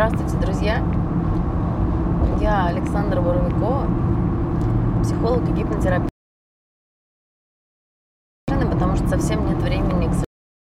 Здравствуйте, друзья! Я Александра Боровикова, психолог и гипнотерапевт, потому что совсем нет времени к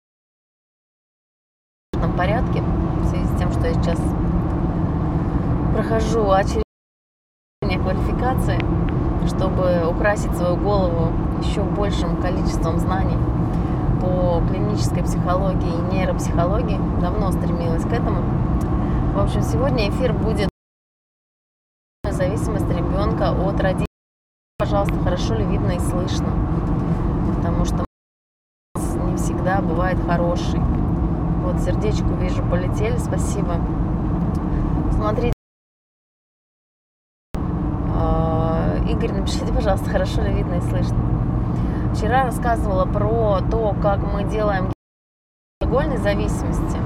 совершенном порядке в связи с тем, что я сейчас прохожу очередные квалификации, чтобы украсить свою голову еще большим количеством знаний по клинической психологии и нейропсихологии. Давно стремилась к этому. В общем, сегодня эфир будет зависимость ребенка от родителей. Пожалуйста, хорошо ли видно и слышно? Потому что не всегда бывает хороший. Вот сердечку вижу, полетели, спасибо. Смотрите. Игорь, напишите, пожалуйста, хорошо ли видно и слышно. Вчера рассказывала про то, как мы делаем алкогольной зависимости.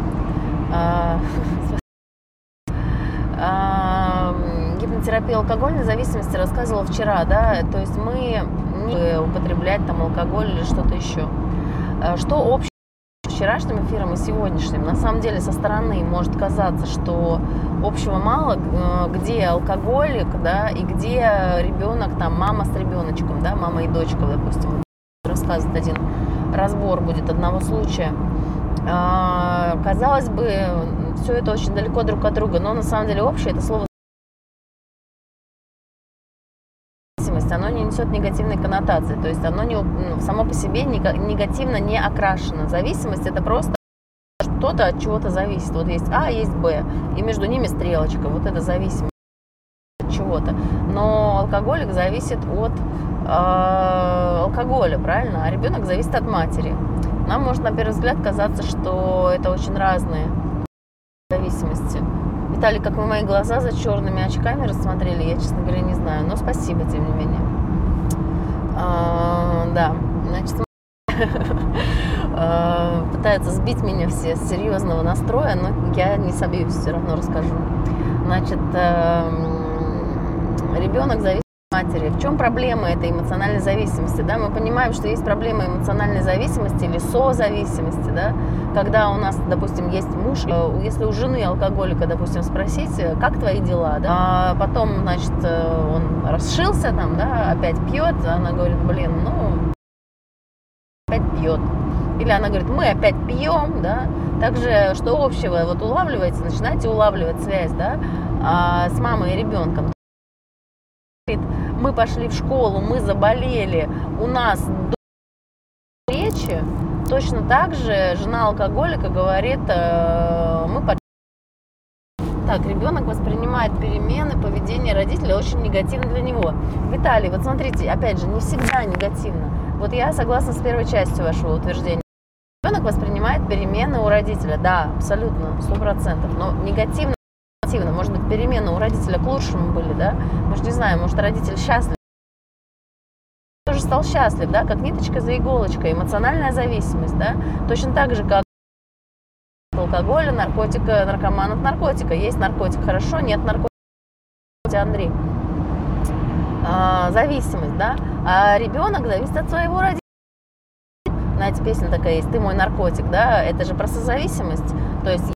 Гипнотерапия алкогольной зависимости рассказывала вчера, да, то есть мы не употреблять там алкоголь или что-то еще. Что общего с вчерашним эфиром и сегодняшним? На самом деле со стороны может казаться, что общего мало, где алкоголик, да, и где ребенок, там мама с ребеночком, да, мама и дочка, допустим, рассказывает один разбор будет одного случая. Казалось бы, все это очень далеко друг от друга, но на самом деле общее это слово зависимость, оно не несет негативной коннотации, то есть оно само по себе негативно не окрашено. Зависимость это просто что-то от чего-то зависит. Вот есть А, есть Б, и между ними стрелочка, вот это зависимость от чего-то. Но алкоголик зависит от алкоголя, правильно? А ребенок зависит от матери. Нам может на первый взгляд казаться, что это очень разные зависимости. Виталий, как вы мои глаза за черными очками рассмотрели, я, честно говоря, не знаю. Но спасибо, тем не менее. Да, значит, пытаются сбить меня все с серьезного настроя, но я не собьюсь, все равно расскажу. Значит, ребенок зависит от матери. В чем проблема этой эмоциональной зависимости? Да? Мы понимаем, что есть проблема эмоциональной зависимости или созависимости, да? Когда у нас, допустим, есть муж, если у жены алкоголика, допустим, спросить, как твои дела, да? А потом, значит, он расшился там, да, опять пьет, она говорит, опять пьет. Или она говорит, мы опять пьем, да? Также, что общего, вот улавливаете, начинаете улавливать связь, да, с мамой и ребенком. Мы пошли в школу, мы заболели, у нас речи, точно так же жена алкоголика говорит, мы пошли. Так, ребенок воспринимает перемены поведения родителей очень негативно для него. Виталий, вот смотрите, опять же, не всегда негативно. Вот я согласна с первой частью вашего утверждения. Ребенок воспринимает перемены у родителя, да, абсолютно, 100%, но негативно. Может быть, перемены у родителя к лучшему были, да? Может, не знаю, может, родитель счастлив. Тоже стал счастлив, да, как ниточка за иголочкой, эмоциональная зависимость, да? Точно так же, как алкоголя, наркотика, наркоман от наркотика. Есть наркотик, хорошо, нет наркотика, Андрей. Зависимость, да? А ребенок зависит от своего родителя. Знаете, песня такая есть, ты мой наркотик, да? Это же про созависимость, то есть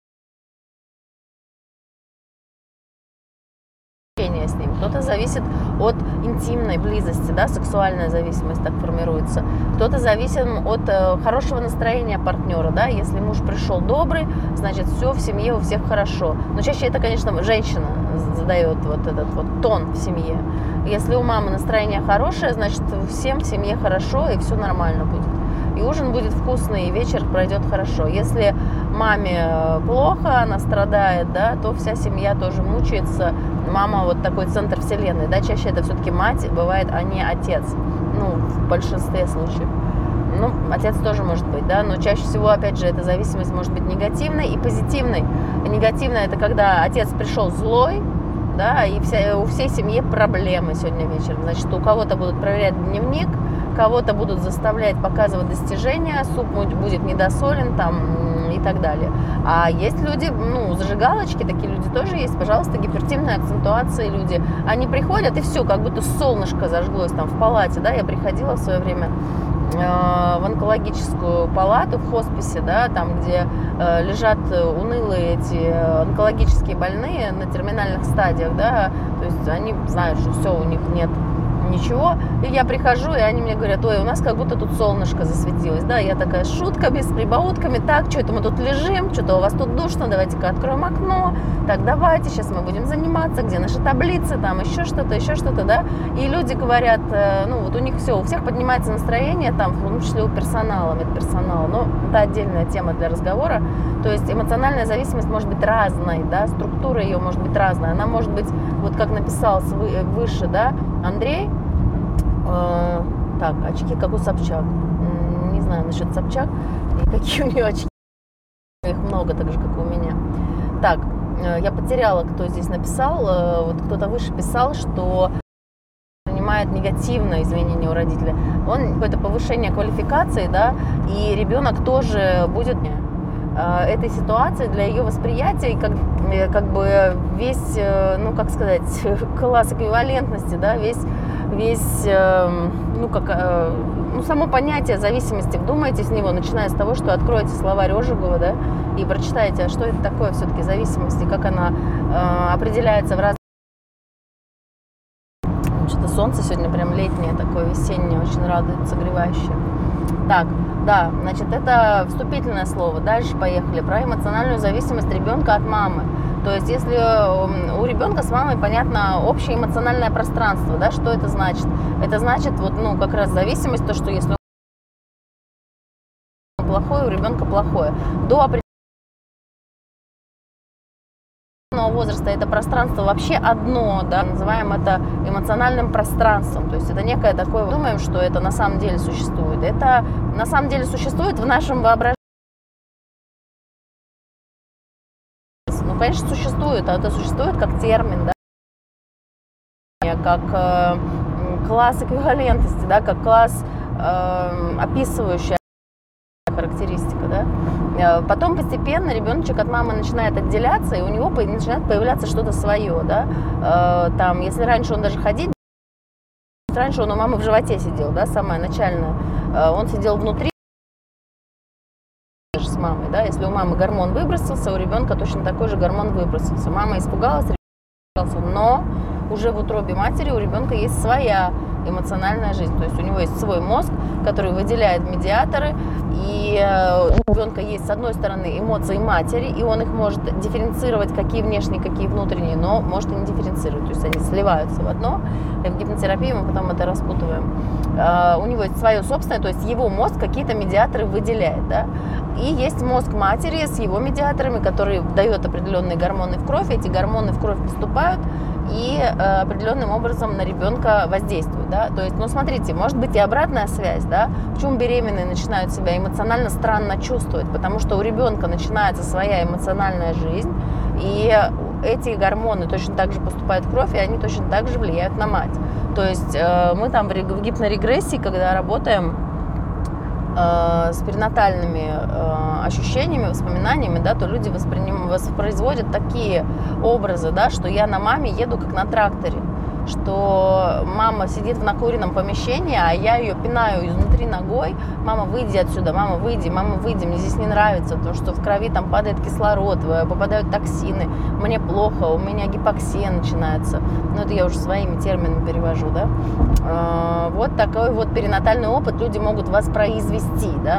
с ним. Кто-то зависит от интимной близости, да, сексуальная зависимость так формируется. Кто-то зависит от хорошего настроения партнера, да, если муж пришел добрый, значит, все в семье у всех хорошо. Но чаще это, конечно, женщина задает вот этот вот тон в семье. Если у мамы настроение хорошее, значит, всем в семье хорошо и все нормально будет. И ужин будет вкусный, и вечер пройдет хорошо. Если маме плохо, она страдает, да, то вся семья тоже мучается. Мама вот такой центр вселенной, да, чаще это все-таки мать бывает, а не отец, в большинстве случаев. Отец тоже может быть, да, но чаще всего, опять же, эта зависимость может быть негативной и позитивной. Негативная – это когда отец пришел злой, да, и у всей семьи проблемы сегодня вечером. Значит, у кого-то будут проверять дневник, кого-то будут заставлять показывать достижения, суп будет недосолен там и так далее. А есть люди, зажигалочки, такие люди тоже есть, пожалуйста, гипертимные акцентуации люди. Они приходят и все, как будто солнышко зажглось там в палате, да, я приходила в свое время в онкологическую палату, в хосписе, да, там, где лежат унылые эти онкологические больные на терминальных стадиях, да, то есть они знают, что все, у них нет ничего, и я прихожу, и они мне говорят: ой, у нас как будто тут солнышко засветилось, да, я такая с шутками, с прибаутками: так, что это мы тут лежим, что-то у вас тут душно, давайте-ка откроем окно, так, давайте, сейчас мы будем заниматься, где наши таблицы, там, еще что-то, да, и люди говорят, ну, вот у них все, у всех поднимается настроение, там, в том числе у персонала, медперсонала, но это отдельная тема для разговора, то есть эмоциональная зависимость может быть разной, да, структура ее может быть разная, она может быть, вот как написал выше, да, Андрей. Так, очки как у Собчак. Не знаю насчет Собчак и какие у нее очки. Их много, так же, как и у меня. Так, я потеряла, кто здесь написал. Вот кто-то выше писал, что принимает негативное изменение у родителя. Он какое-то повышение квалификации, да, и ребенок тоже будет этой ситуации для ее восприятия, и как бы весь, ну, как сказать, класс эквивалентности, да, весь ну, как, ну, само понятие зависимости, вдумайтесь в него, начиная с того, что откроете словарь Ожегова, да, и прочитаете, а что это такое все-таки зависимость, и как она определяется в разных... Что-то солнце сегодня прям летнее, такое весеннее, очень радует, согревающее. Так, да, значит, это вступительное слово. Дальше поехали. Про эмоциональную зависимость ребенка от мамы. То есть, если у ребенка с мамой, понятно, общее эмоциональное пространство, да, что это значит? Это значит, вот, ну, как раз зависимость, то, что если он плохой, у ребенка плохое. До определенного возраста это пространство вообще одно, да, называем это эмоциональным пространством, то есть это некое такое, думаем, что это на самом деле существует, это на самом деле существует в нашем воображении. Ну, конечно, существует, а это существует как термин, да, как класс эквивалентности, да, как класс описывающий характеристика, да. Потом постепенно ребеночек от мамы начинает отделяться, и у него начинает появляться что-то свое, да. Там, если раньше он даже ходить, раньше он у мамы в животе сидел, да, самое начальное, он сидел внутри с мамой, да. Если у мамы гормон выбросился, у ребенка точно такой же гормон выбросился. Мама испугалась, но уже в утробе матери у ребенка есть своя эмоциональная жизнь, то есть у него есть свой мозг, который выделяет медиаторы, и у ребенка есть, с одной стороны, эмоции матери, и он их может дифференцировать, какие внешние, какие внутренние, но может и не дифференцировать, то есть они сливаются в одно, и в гипнотерапии мы потом это распутываем. У него есть свое собственное, то есть его мозг какие-то медиаторы выделяет, да, и есть мозг матери с его медиаторами, который дает определенные гормоны в кровь, эти гормоны в кровь поступают и определенным образом на ребенка воздействуют, да, то есть, ну, смотрите, может быть и обратная связь, да, почему беременные начинают себя эмоционально странно чувствовать, потому что у ребенка начинается своя эмоциональная жизнь, и эти гормоны точно так же поступают в кровь, и они точно так же влияют на мать, то есть мы там в гипнорегрессии, когда работаем с перинатальными ощущениями, воспоминаниями, да, то люди воспроизводят такие образы, да, что я на маме еду как на тракторе, что мама сидит в накуренном помещении, а я ее пинаю изнутри ногой: мама, выйди отсюда, мама, выйди, мне здесь не нравится, потому что в крови там падает кислород, попадают токсины, мне плохо, у меня гипоксия начинается. Ну, это я уже своими терминами перевожу, да. Вот такой вот перинатальный опыт люди могут воспроизвести, да.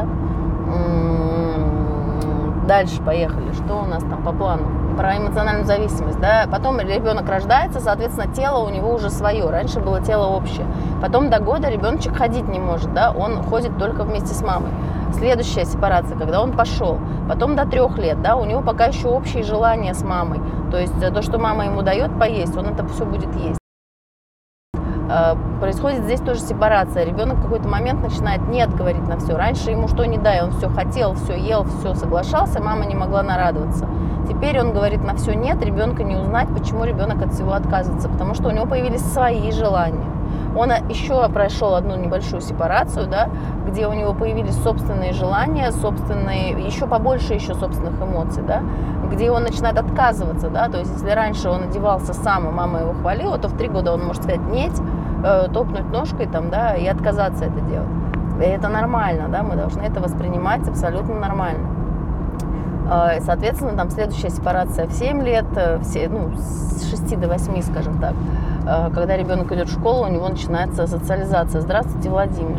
Дальше поехали. Что у нас там по плану? Про эмоциональную зависимость, да. Потом ребенок рождается, соответственно, тело у него уже свое. Раньше было тело общее. Потом до года ребеночек ходить не может, да. Он ходит только вместе с мамой. Следующая сепарация, когда он пошел. Потом до 3 лет, да, у него пока еще общие желания с мамой. То есть то, что мама ему дает поесть, он это все будет есть. Происходит здесь тоже сепарация. Ребенок в какой-то момент начинает нет говорить на все. Раньше ему что ни дай, он все хотел, все ел, все соглашался, мама не могла нарадоваться. Теперь он говорит на все нет, ребенка не узнать, почему ребенок от всего отказывается, потому что у него появились свои желания. Он еще прошел одну небольшую сепарацию, да, где у него появились собственные желания, собственные, еще побольше еще собственных эмоций, да, где он начинает отказываться, да, то есть если раньше он одевался сам, и мама его хвалила, то в 3 года он может сказать нет, топнуть ножкой там, да, и отказаться это делать. И это нормально, да, мы должны это воспринимать абсолютно нормально. Соответственно, там следующая сепарация в 7 лет, с 6 до 8, скажем так. Когда ребенок идет в школу, у него начинается социализация. Здравствуйте, Владимир.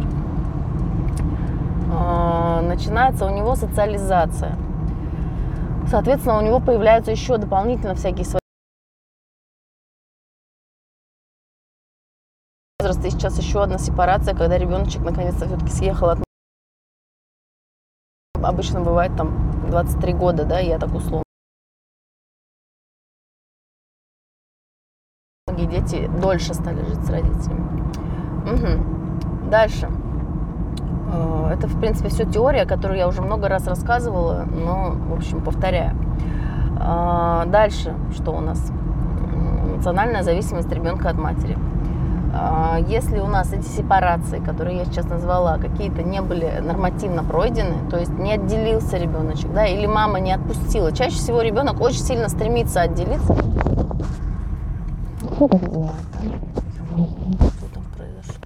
Начинается у него социализация. Соответственно, у него появляются еще дополнительно всякие свои возрасты. И сейчас еще одна сепарация, когда ребеночек наконец-то все-таки съехал от... Обычно бывает там 23 года, да, я так условно. Многие дети дольше стали жить с родителями. Угу. Дальше. Это, в принципе, все теория, которую я уже много раз рассказывала, но, в общем, повторяю. Дальше, что у нас? Эмоциональная зависимость ребенка от матери. Если у нас эти сепарации, которые я сейчас назвала, какие-то не были нормативно пройдены, то есть не отделился ребеночек, да, или мама не отпустила. Чаще всего ребенок очень сильно стремится отделиться. Что там произошло?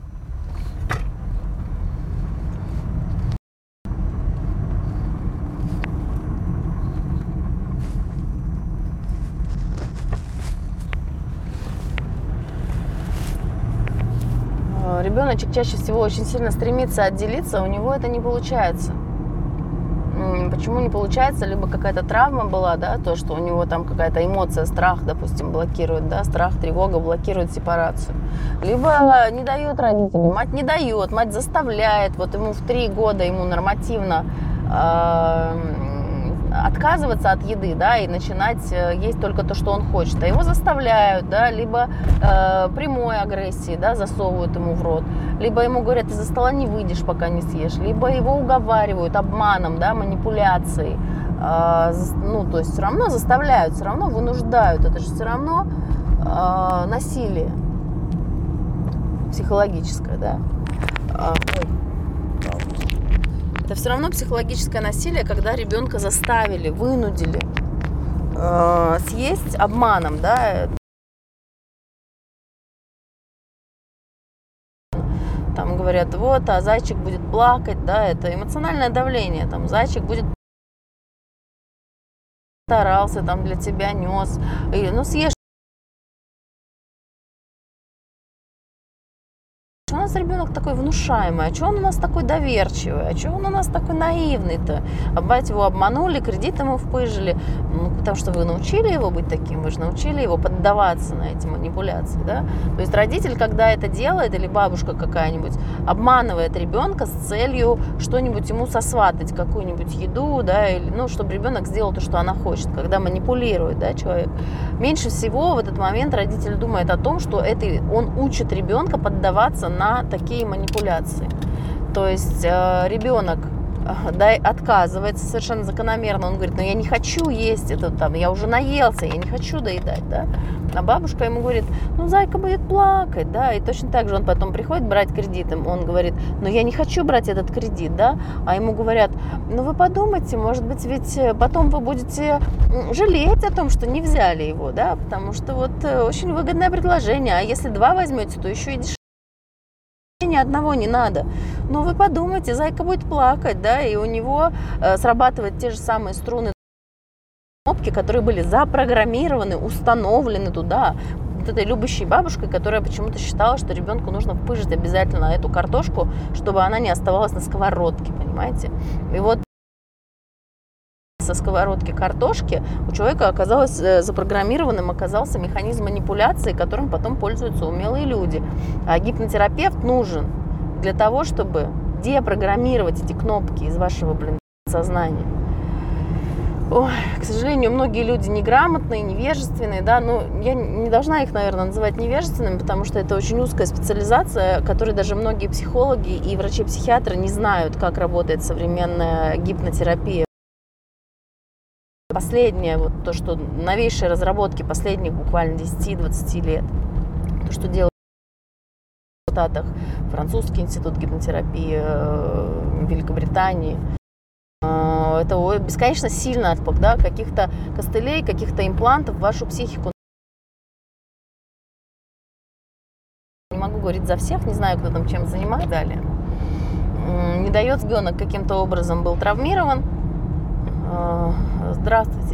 Ребеночек чаще всего очень сильно стремится отделиться, у него это не получается. Почему не получается? Либо какая-то травма была, да, то, что у него там какая-то эмоция, страх, допустим, блокирует, да, страх, тревога блокирует сепарацию. Либо не дает родители, мать не дает, мать заставляет, вот ему в 3 года ему нормативно отказываться от еды, да, и начинать есть только то, что он хочет. А его заставляют, да, либо прямой агрессией, да, засовывают ему в рот, либо ему говорят, ты за стола не выйдешь, пока не съешь, либо его уговаривают обманом, да, манипуляцией. То есть все равно заставляют, все равно вынуждают. Это же все равно насилие психологическое, да. Это все равно психологическое насилие, когда ребенка заставили, вынудили съесть обманом, да. Там говорят, вот, а зайчик будет плакать, да, это эмоциональное давление, там, зайчик будет старался, там, для тебя нес, съешь. У нас ребенок такой внушаемый, а что он у нас такой доверчивый, а что он у нас такой наивный-то? А бать его обманули, кредит ему впыжили, потому что вы научили его быть таким, вы же научили его поддаваться на эти манипуляции, да? То есть родитель, когда это делает, или бабушка какая-нибудь, обманывает ребенка с целью что-нибудь ему сосватать, какую-нибудь еду, да, или, чтобы ребенок сделал то, что она хочет, когда манипулирует, да, человек. Меньше всего в этот момент родитель думает о том, что он учит ребенка поддаваться на такие манипуляции. То есть ребенок отказывается совершенно закономерно. Он говорит, я не хочу есть это, там, я уже наелся, я не хочу доедать, да. А бабушка ему говорит, зайка будет плакать, да. И точно так же он потом приходит брать кредит, он говорит, я не хочу брать этот кредит, да. А ему говорят, вы подумайте, может быть, ведь потом вы будете жалеть о том, что не взяли его, да, потому что очень выгодное предложение, а если 2 возьмете, то еще и дешевле. Ни одного не надо. Но вы подумайте, зайка будет плакать, да, и у него срабатывают те же самые струны, кнопки, которые были запрограммированы, установлены туда вот этой любящей бабушкой, которая почему-то считала, что ребенку нужно впыжить обязательно эту картошку, чтобы она не оставалась на сковородке, понимаете? И вот со сковородки картошки у человека оказался механизм манипуляции, которым потом пользуются умелые люди. А гипнотерапевт нужен для того, чтобы депрограммировать эти кнопки из вашего, сознания. Ой, к сожалению, многие люди неграмотные, невежественные, да, я не должна их, наверное, называть невежественными, потому что это очень узкая специализация, которой даже многие психологи и врачи-психиатры не знают, как работает современная гипнотерапия. Последнее, то, что новейшие разработки последних буквально 10-20 лет, то, что делают в Штатах, Французский институт гипнотерапии, в Великобритании, это бесконечно сильно да, каких-то костылей, каких-то имплантов в вашу психику. Не могу говорить за всех, не знаю, кто там чем занимается далее. не дает, ребенок каким-то образом был травмирован. Здравствуйте.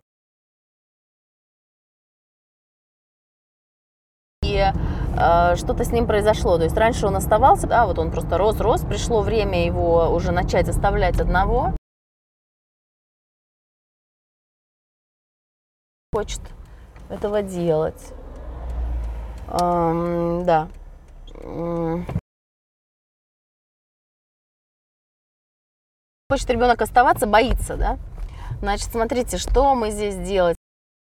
И что-то с ним произошло. То есть раньше он оставался, да, вот он просто рос, пришло время его уже начать оставлять одного. Хочет этого делать. Да. Хочет ребенок оставаться, боится, да? Значит, смотрите, что мы здесь делаем.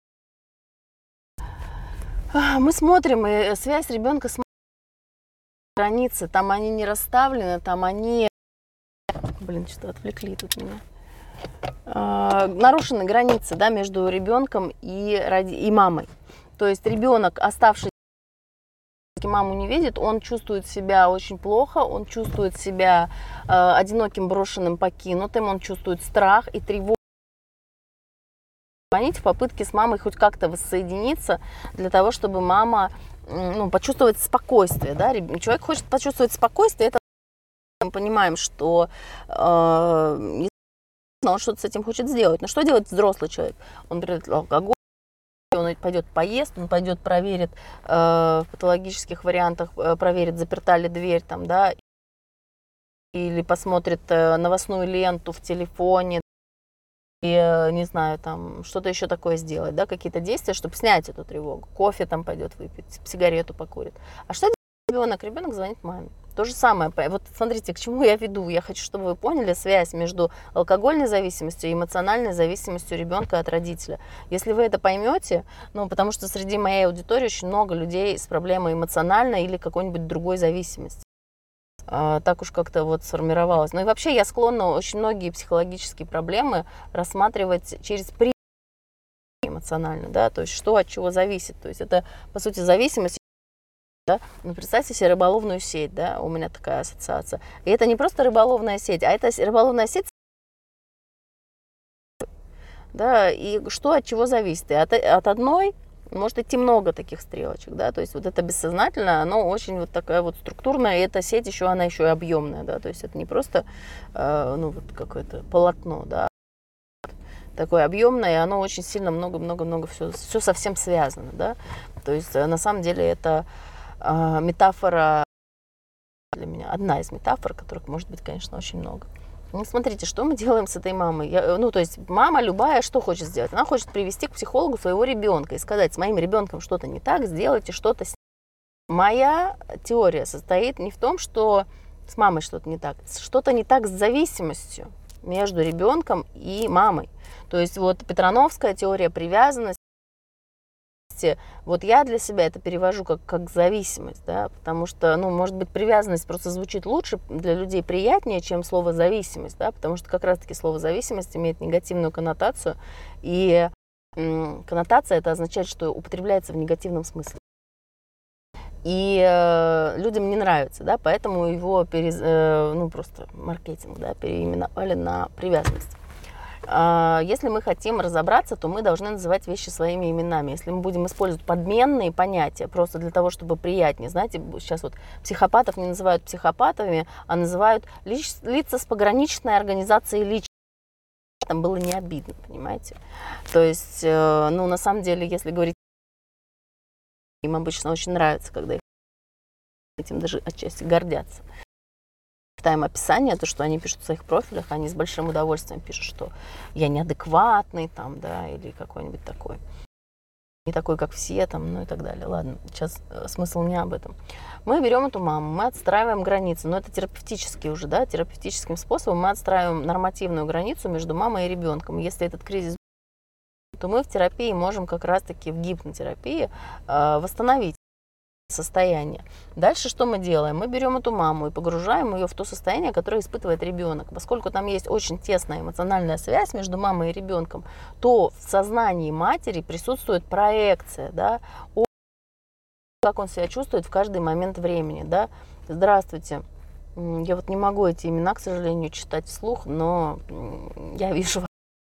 Мы смотрим, и связь ребенка с границы, там они не расставлены, там они... Блин, что-то отвлекли тут меня. Нарушены границы, да, между ребенком и мамой. То есть ребенок, оставшийся, маму не видит, он чувствует себя очень плохо, он чувствует себя одиноким, брошенным, покинутым, он чувствует страх и тревогу. В попытке с мамой хоть как-то воссоединиться для того, чтобы мама почувствовать спокойствие. Да? Человек хочет почувствовать спокойствие, это мы понимаем, что он что-то с этим хочет сделать. Но что делает взрослый человек? Он берет алкоголь, он пойдет поест, он пойдет проверит в патологических вариантах, проверит, заперта ли дверь, там, да, или посмотрит новостную ленту в телефоне. И, не знаю, там, что-то еще такое сделать, да, какие-то действия, чтобы снять эту тревогу. Кофе там пойдет выпить, сигарету покурит. А что делает ребенок? Ребенок звонит маме. То же самое. Вот смотрите, к чему я веду. Я хочу, чтобы вы поняли связь между алкогольной зависимостью и эмоциональной зависимостью ребенка от родителя. Если вы это поймете, потому что среди моей аудитории очень много людей с проблемой эмоциональной или какой-нибудь другой зависимости. Так уж как-то вот сформировалось. Ну и вообще я склонна очень многие психологические проблемы рассматривать через призму эмоционально, да, то есть что от чего зависит. То есть это, по сути, зависимость, да? Представьте себе рыболовную сеть, да, у меня такая ассоциация. И это не просто рыболовная сеть, а это рыболовная сеть, да, и что от чего зависит. И от одной может идти много таких стрелочек, да, то есть вот это бессознательное, оно очень вот такая вот структурная, и эта сеть еще, она еще и объемная, да, то есть это не просто, вот какое-то полотно, да, такое объемное, и оно очень сильно много-много-много все совсем связано, да, то есть на самом деле это метафора для меня, одна из метафор, которых может быть, конечно, очень много. Смотрите, что мы делаем с этой мамой. То есть мама любая что хочет сделать? Она хочет привести к психологу своего ребенка и сказать, с моим ребенком что-то не так, сделайте что-то с ним. Моя теория состоит не в том, что с мамой что-то не так с зависимостью между ребенком и мамой. То есть вот Петрановская теория привязанности, вот я для себя это перевожу как зависимость, да, потому что, может быть, привязанность просто звучит лучше, для людей приятнее, чем слово зависимость, да, потому что как раз-таки слово зависимость имеет негативную коннотацию, и коннотация это означает, что употребляется в негативном смысле. И людям не нравится, да, поэтому его просто маркетинг, да, переименовали на привязанность. Если мы хотим разобраться, то мы должны называть вещи своими именами. Если мы будем использовать подменные понятия просто для того, чтобы приятнее, знаете, сейчас вот психопатов не называют психопатами, а называют лица с пограничной организацией личности. Там было не обидно, понимаете? То есть, на самом деле, если говорить, им обычно очень нравится, когда их этим даже отчасти гордятся. Читаем описание, то, что они пишут в своих профилях, они с большим удовольствием пишут, что я неадекватный, там, да, или какой-нибудь такой. Не такой, как все, там, и так далее. Ладно, сейчас смысл не об этом. Мы берем эту маму, мы отстраиваем границы, но это терапевтически уже, да, терапевтическим способом мы отстраиваем нормативную границу между мамой и ребенком. Если этот кризис, то мы в терапии можем как раз-таки в гипнотерапии восстановить состояние. Дальше что мы делаем? Мы берем эту маму и погружаем ее в то состояние, которое испытывает ребенок. Поскольку там есть очень тесная эмоциональная связь между мамой и ребенком, то в сознании матери присутствует проекция, да, как он себя чувствует в каждый момент времени, да. Здравствуйте. Я вот не могу эти имена, к сожалению, читать вслух, но я вижу.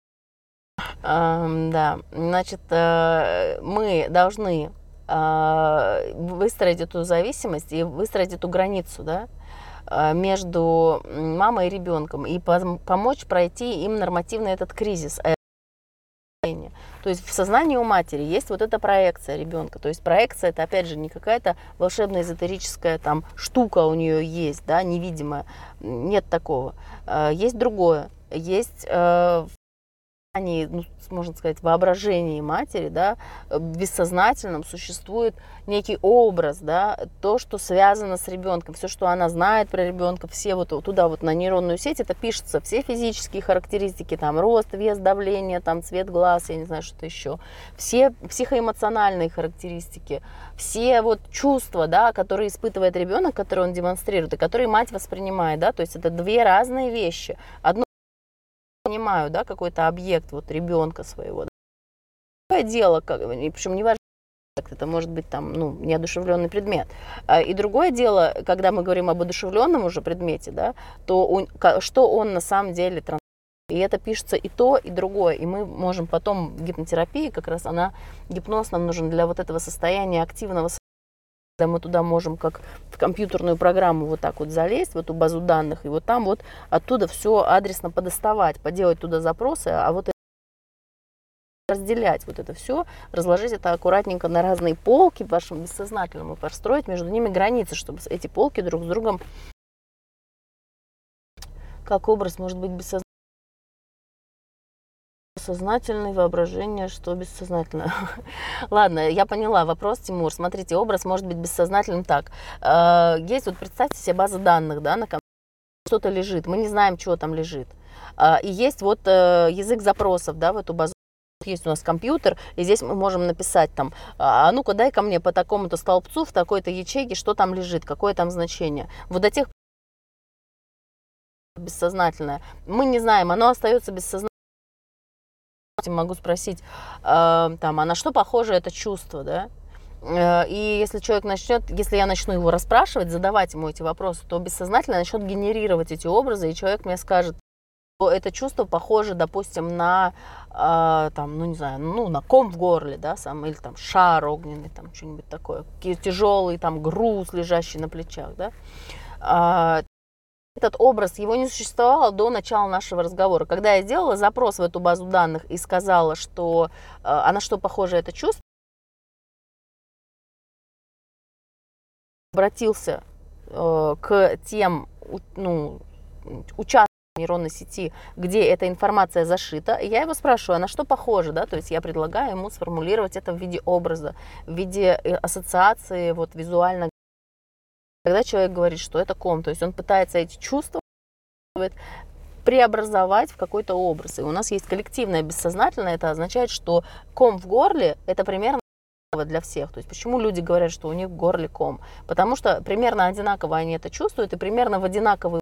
Да, значит, мы должны выстроить эту зависимость и выстроить эту границу, да, между мамой и ребенком и помочь пройти им нормативный этот кризис. То есть в сознании у матери есть вот эта проекция ребенка. То есть проекция это опять же не какая-то волшебная эзотерическая там штука у нее есть, да, невидимая. Нет такого. Есть другое. Есть ну, можно сказать, воображении матери, да, в бессознательном существует некий образ, да, то, что связано с ребенком, все, что она знает про ребенка, все вот туда вот на нейронную сеть, это пишется, все физические характеристики, там, рост, вес, давление, там, цвет глаз, я не знаю, что-то еще, все психоэмоциональные характеристики, все вот чувства, да, которые испытывает ребенок, которые он демонстрирует, и которые мать воспринимает, да, то есть это две разные вещи. Одно понимаю, да, какой-то объект вот ребенка своего. Да. Другое дело, причем не важно, это может быть там, ну, неодушевленный предмет. И другое дело, когда мы говорим об одушевленном уже предмете, да, то что он на самом деле транслирует. И это пишется и то, и другое. И мы можем потом в гипнотерапии, как раз гипноз нам нужен для вот этого состояния активного состояния, когда мы туда можем как в компьютерную программу вот так вот залезть, в эту базу данных, и вот там вот оттуда все адресно подоставать, поделать туда запросы, а вот разделять вот это все, разложить это аккуратненько на разные полки в вашем бессознательном и построить между ними границы, чтобы эти полки друг с другом, как образ может быть сознательное воображение, что бессознательное. Ладно, я поняла вопрос, Тимур. Смотрите, образ может быть бессознательным так. Есть, вот представьте себе база данных, да, на компьютере что-то лежит, мы не знаем, что там лежит. И есть вот язык запросов, да, в эту базу. Есть у нас компьютер, и здесь мы можем написать там, а ну-ка дай ко мне по такому-то столбцу в такой-то ячейке, что там лежит, какое там значение. Вот до тех пор бессознательное. Мы не знаем, оно остается бессознательным. Могу спросить, там, а на что похоже это чувство, да? И если человек если я начну его расспрашивать, задавать ему эти вопросы, то бессознательно начнет генерировать эти образы, и человек мне скажет, что это чувство похоже, допустим, на, там, ну не знаю, ну на ком в горле, да, или там шар огненный, там что-нибудь такое, тяжелый там груз, лежащий на плечах, да. Этот образ, его не существовало до начала нашего разговора. Когда я сделала запрос в эту базу данных и сказала, что а на что похоже это чувство, обратился к тем участкам нейронной сети, где эта информация зашита, и я его спрашиваю, а на что похоже, да, то есть я предлагаю ему сформулировать это в виде образа, в виде ассоциации, вот визуально. Когда человек говорит, что это ком, то есть он пытается эти чувства преобразовать в какой-то образ. И у нас есть коллективное бессознательное, это означает, что ком в горле – это примерно для всех. То есть почему люди говорят, что у них в горле ком? Потому что примерно одинаково они это чувствуют, и примерно в одинаковый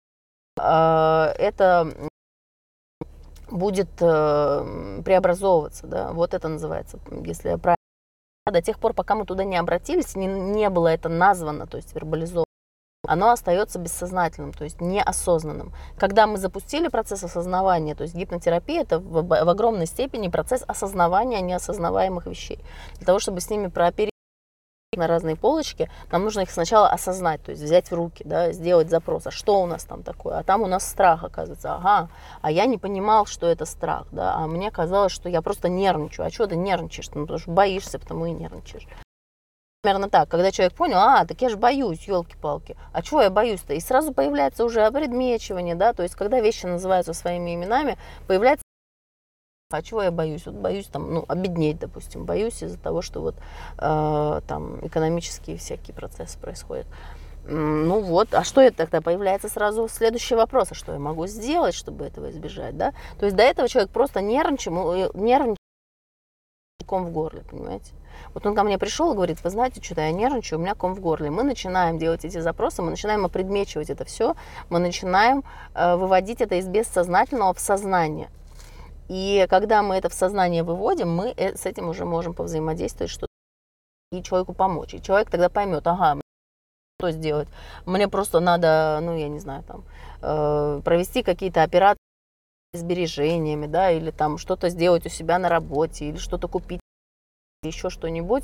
это будет преобразовываться. Да? Вот это называется, если я правильно. До тех пор, пока мы туда не обратились, не было это названо, то есть вербализовано, оно остается бессознательным, то есть неосознанным. Когда мы запустили процесс осознавания, то есть гипнотерапия – это в огромной степени процесс осознавания неосознаваемых вещей. Для того, чтобы с ними прооперировать на разные полочки, нам нужно их сначала осознать, то есть взять в руки, да, сделать запрос, а что у нас там такое, а там у нас страх, оказывается, ага, а я не понимал, что это страх, да, а мне казалось, что я просто нервничаю, а что ты нервничаешь, ну, потому что боишься, потому и нервничаешь. Примерно так, когда человек понял, так я же боюсь, елки-палки, а чего я боюсь-то, и сразу появляется уже опредмечивание, да, то есть когда вещи называются своими именами, появляется а чего я боюсь? Вот боюсь там, ну, обеднеть, допустим, боюсь из-за того, что вот там экономические всякие процессы происходят. Ну вот, а что это тогда? Появляется сразу следующий вопрос, а что я могу сделать, чтобы этого избежать, да? То есть до этого человек просто нервничал, ком в горле, понимаете? Вот он ко мне пришел и говорит, вы знаете, что-то я нервничаю, у меня ком в горле. Мы начинаем делать эти запросы, мы начинаем опредмечивать это все, мы начинаем выводить это из бессознательного в сознание. И когда мы это в сознание выводим, мы с этим уже можем повзаимодействовать, что и человеку помочь. И человек тогда поймет, ага, что сделать? Мне просто надо, ну, я не знаю, там, провести какие-то операции с сбережениями, да, или там что-то сделать у себя на работе, или что-то купить еще что-нибудь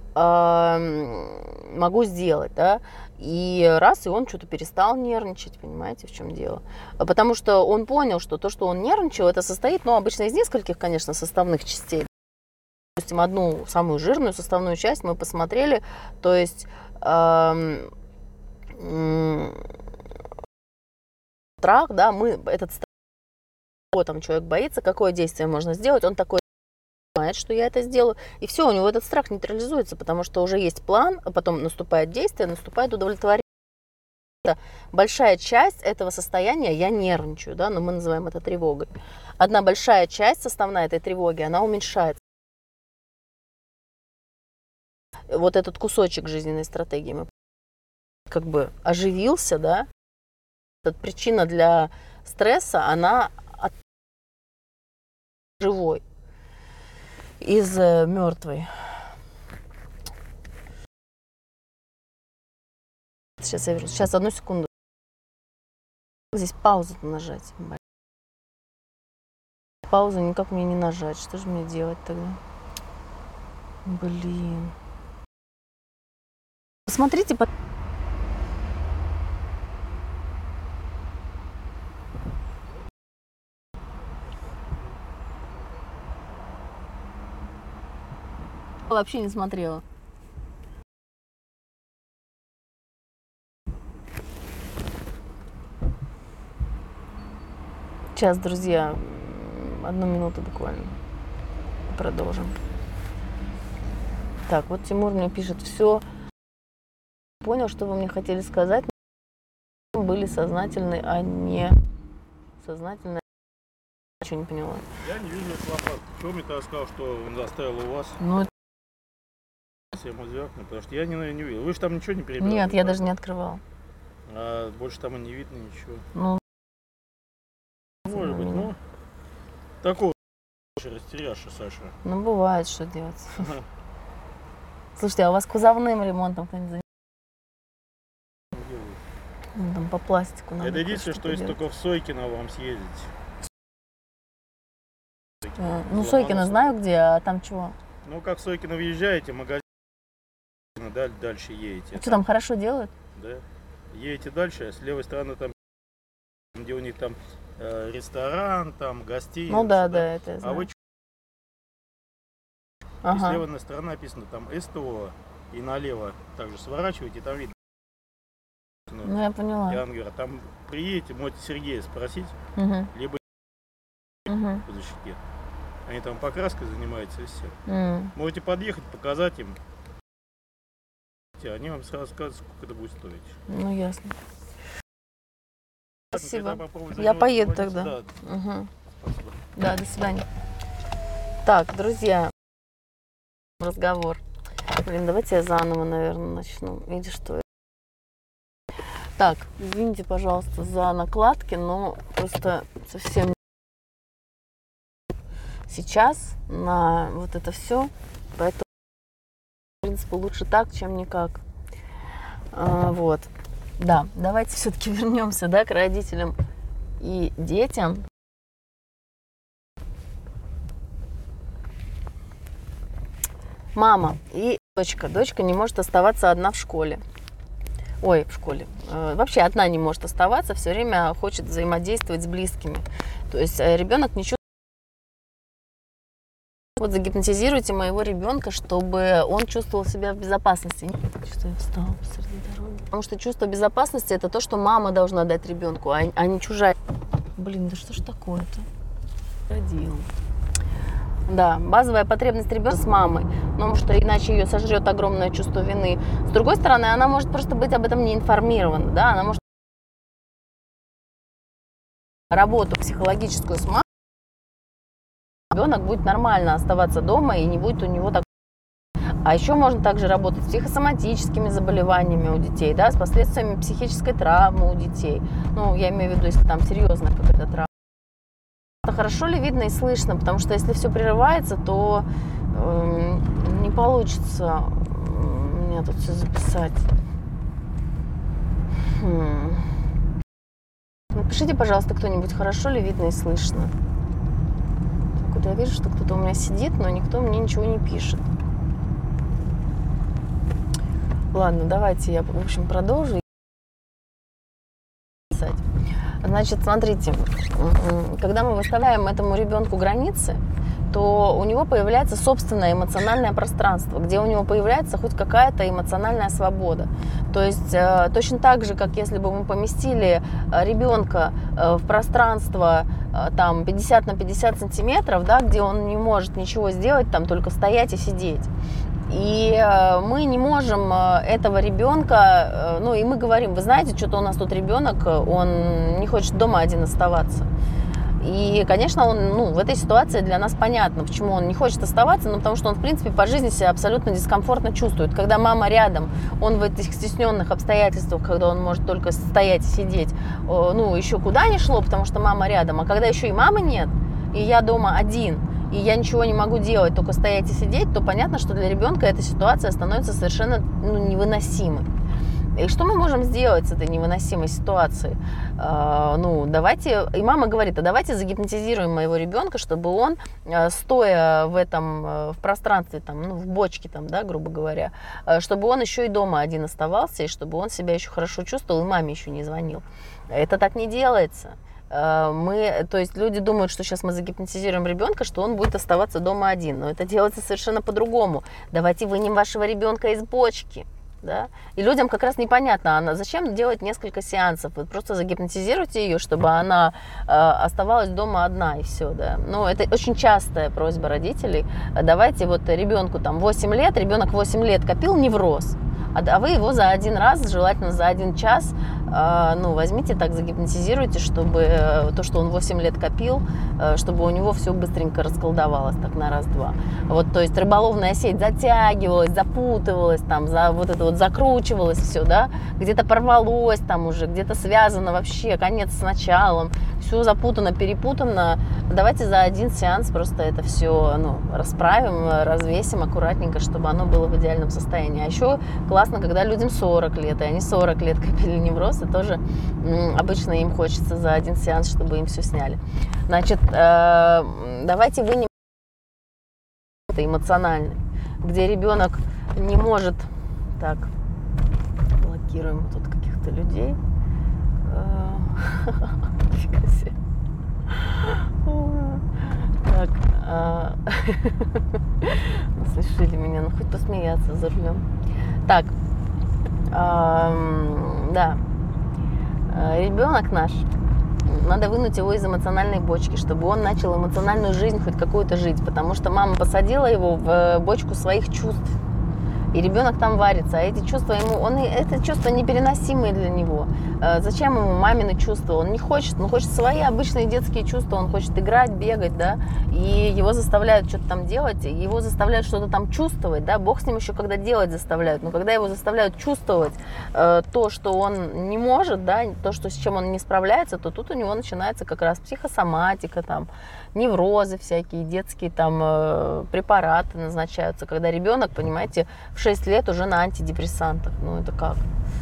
могу сделать, да, и раз, и он что-то перестал нервничать, понимаете, в чем дело. Потому что он понял, что то, что он нервничал, это состоит, ну, обычно из нескольких, конечно, составных частей. Допустим, одну самую жирную составную часть мы посмотрели, то есть страх, да, этот страх, там человек боится, какое действие можно сделать, он такой знает, что я это сделаю, и все, у него этот страх нейтрализуется, потому что уже есть план, а потом наступает действие, наступает удовлетворение. Большая часть этого состояния, я нервничаю, да, но мы называем это тревогой. Одна большая часть составная этой тревоги, она уменьшается. Вот этот кусочек жизненной стратегии мы как бы оживился, да. Причина для стресса, она живой из мертвой. Сейчас я вернусь. Сейчас, одну секунду. Здесь паузу нажать. Паузу никак мне не нажать. Что же мне делать тогда? Блин. Посмотрите. Вообще не смотрела. Сейчас, друзья, 1 минуту буквально. Продолжим. Так, вот Тимур мне пишет, все. Понял, что вы мне хотели сказать. Были сознательны, а не сознательны. Ничего не поняла. Я не вижу этого факта. Чего мне тогда сказал, что он заставил у вас? Ну, Всем известно, потому что я не видел. Вы же там ничего не перебирали? Нет, я даже не открывала. А больше там и не видно ничего. Ну, может быть, ну. Такого растеряшься, Саша. Ну, бывает, что делать. Слушайте, а у вас кузовным ремонтом кто-нибудь занимается? Ну, там по пластику надо. Это единственное, что есть только в Сойкино вам съездить. Ну, Сойкино знаю где, а там чего? Ну, как в Сойкино въезжаете, магазин, дальше едете. А что там хорошо делают? Да. Едете дальше, а с левой стороны там, где у них там ресторан, там гостиница. Ну да, да, это я знаю. А вы и с левой стороны написано там СТО, и налево также сворачиваете, там видно. Ну, я поняла. Я вам говорю, там приедете, можете Сергея спросить, либо по защите. Они там покраской занимаются и все. Можете подъехать, показать им. Они вам сразу скажут, сколько это будет стоить. Ну, ясно. Спасибо. Спасибо. Я поеду тогда. Да. Спасибо. Да, до свидания. Так, друзья, разговор. Блин, давайте я заново, наверное, начну. Видишь, что... Так, извините, пожалуйста, за накладки, но просто совсем сейчас на вот это все, поэтому, в принципе, лучше так, чем никак. Вот. Да, давайте все-таки вернемся, да, к родителям и детям. Мама и дочка. Дочка не может оставаться одна в школе. Ой, в школе. Вообще одна не может оставаться, все время хочет взаимодействовать с близкими. То есть ребенок не чувствует. Вот загипнотизируйте моего ребенка, чтобы он чувствовал себя в безопасности. Что я встала посреди дороги? Потому что чувство безопасности – это то, что мама должна дать ребенку, а не чужая. Блин, да что ж такое-то? Родил. Да, базовая потребность ребенка с мамой, потому что иначе ее сожрет огромное чувство вины. С другой стороны, она может просто быть об этом не информирована, да, она может работу психологическую с мамой, ребенок будет нормально оставаться дома и не будет у него так. А еще можно также работать с психосоматическими заболеваниями у детей, да, с последствиями психической травмы у детей. Ну, я имею в виду, если там серьезная какая-то травма. Хорошо ли видно и слышно, потому что если все прерывается, то не получится мне тут все записать. Напишите, пожалуйста, кто-нибудь, хорошо ли видно и слышно. Так вот я вижу, что кто-то у меня сидит, но никто мне ничего не пишет. Ладно, давайте я, в общем, продолжу. Значит, смотрите, когда мы выставляем этому ребенку границы, то у него появляется собственное эмоциональное пространство, где у него появляется хоть какая-то эмоциональная свобода. То есть точно так же, как если бы мы поместили ребенка в пространство там 50 на 50 сантиметров, да, где он не может ничего сделать, там только стоять и сидеть. И мы не можем этого ребенка, ну и мы говорим, вы знаете, что-то у нас тут ребенок, он не хочет дома один оставаться. И, конечно, он, ну, в этой ситуации для нас понятно, почему он не хочет оставаться, ну, потому что он, в принципе, по жизни себя абсолютно дискомфортно чувствует. Когда мама рядом, он в этих стесненных обстоятельствах, когда он может только стоять и сидеть, ну, еще куда ни шло, потому что мама рядом, а когда еще и мамы нет, и я дома один, и я ничего не могу делать, только стоять и сидеть, то понятно, что для ребенка эта ситуация становится совершенно невыносимой. И что мы можем сделать с этой невыносимой ситуацией? Ну, давайте, и мама говорит, а давайте загипнотизируем моего ребенка, чтобы он, стоя в этом, в пространстве, там, ну, в бочке, там, да, грубо говоря, чтобы он еще и дома один оставался, и чтобы он себя еще хорошо чувствовал, и маме еще не звонил. Это так не делается. То есть люди думают, что сейчас мы загипнотизируем ребенка, что он будет оставаться дома один, но это делается совершенно по-другому. Давайте вынем вашего ребенка из бочки. Да? И людям как раз непонятно, зачем делать несколько сеансов. Вы просто загипнотизируйте ее, чтобы она оставалась дома одна, и все. Да? Ну, это очень частая просьба родителей. Давайте вот ребенку там 8 лет, ребенок 8 лет копил невроз, а вы его за один раз, желательно за 1 час, ну, возьмите так, загипнотизируйте, чтобы то, что он 8 лет копил, чтобы у него все быстренько расколдовалось, так на раз-два. Вот, то есть рыболовная сеть затягивалась, запутывалась, там, вот это вот закручивалось все, да, где-то порвалось там уже, где-то связано вообще, конец с началом, все запутано, перепутано. Давайте за 1 сеанс просто это все, ну, расправим, развесим аккуратненько, чтобы оно было в идеальном состоянии. А еще классно, когда людям 40 лет, и они 40 лет копили невроз, и тоже обычно им хочется за 1 сеанс, чтобы им все сняли. Значит, давайте вынем это эмоционально, где ребенок не может... Так, блокируем тут каких-то людей. Фига себе. Так, слышали меня, ну хоть посмеяться за рулем. Так, да, ребенок наш, надо вынуть его из эмоциональной бочки, чтобы он начал эмоциональную жизнь хоть какую-то жить, потому что мама посадила его в бочку своих чувств. И ребенок там варится, а эти чувства ему, это чувства непереносимые для него. Зачем ему мамины чувства? Он не хочет, он хочет свои обычные детские чувства, он хочет играть, бегать, да, и его заставляют что-то там делать, его заставляют что-то там чувствовать, да, Бог с ним еще когда делать заставляют, но когда его заставляют чувствовать то, что он не может, да, то, что, с чем он не справляется, то тут у него начинается как раз психосоматика, там, неврозы всякие, детские там препараты назначаются, когда ребенок, понимаете, в 6 лет уже на антидепрессантах. Ну, это как?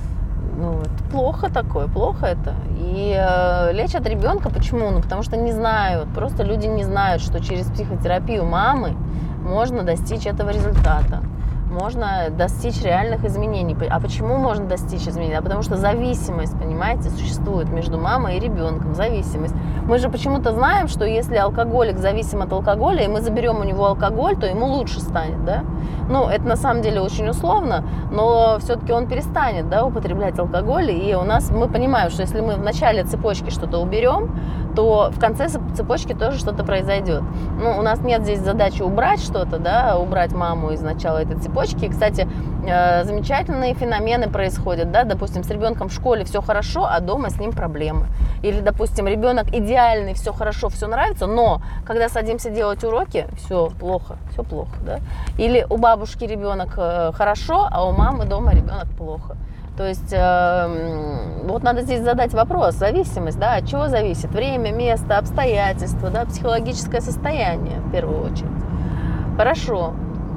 Ну, это плохо такое, плохо это. И лечат ребенка, почему? Ну, потому что не знают, просто люди не знают, что через психотерапию мамы можно достичь этого результата. Можно достичь реальных изменений. А почему можно достичь изменений? А потому что зависимость, понимаете, существует между мамой и ребенком. Зависимость. Мы же почему-то знаем, что если алкоголик зависим от алкоголя, и мы заберем у него алкоголь, то ему лучше станет, да? Ну, это на самом деле очень условно, но все-таки он перестанет, да, употреблять алкоголь. И у нас, мы понимаем, что если мы в начале цепочки что-то уберем, то в конце цепочки тоже что-то произойдет. Ну, у нас нет здесь задачи убрать что-то, да, убрать маму из начала этой цепочки. И, кстати, замечательные феномены происходят, да, допустим, с ребенком в школе все хорошо, а дома с ним проблемы. Или, допустим, ребенок идеальный, все хорошо, все нравится, но когда садимся делать уроки, все плохо, да. Или у бабушки ребенок хорошо, а у мамы дома ребенок плохо. То есть вот надо здесь задать вопрос, зависимость, да, от чего зависит? Время, место, обстоятельства, да, психологическое состояние в первую очередь. Хорошо,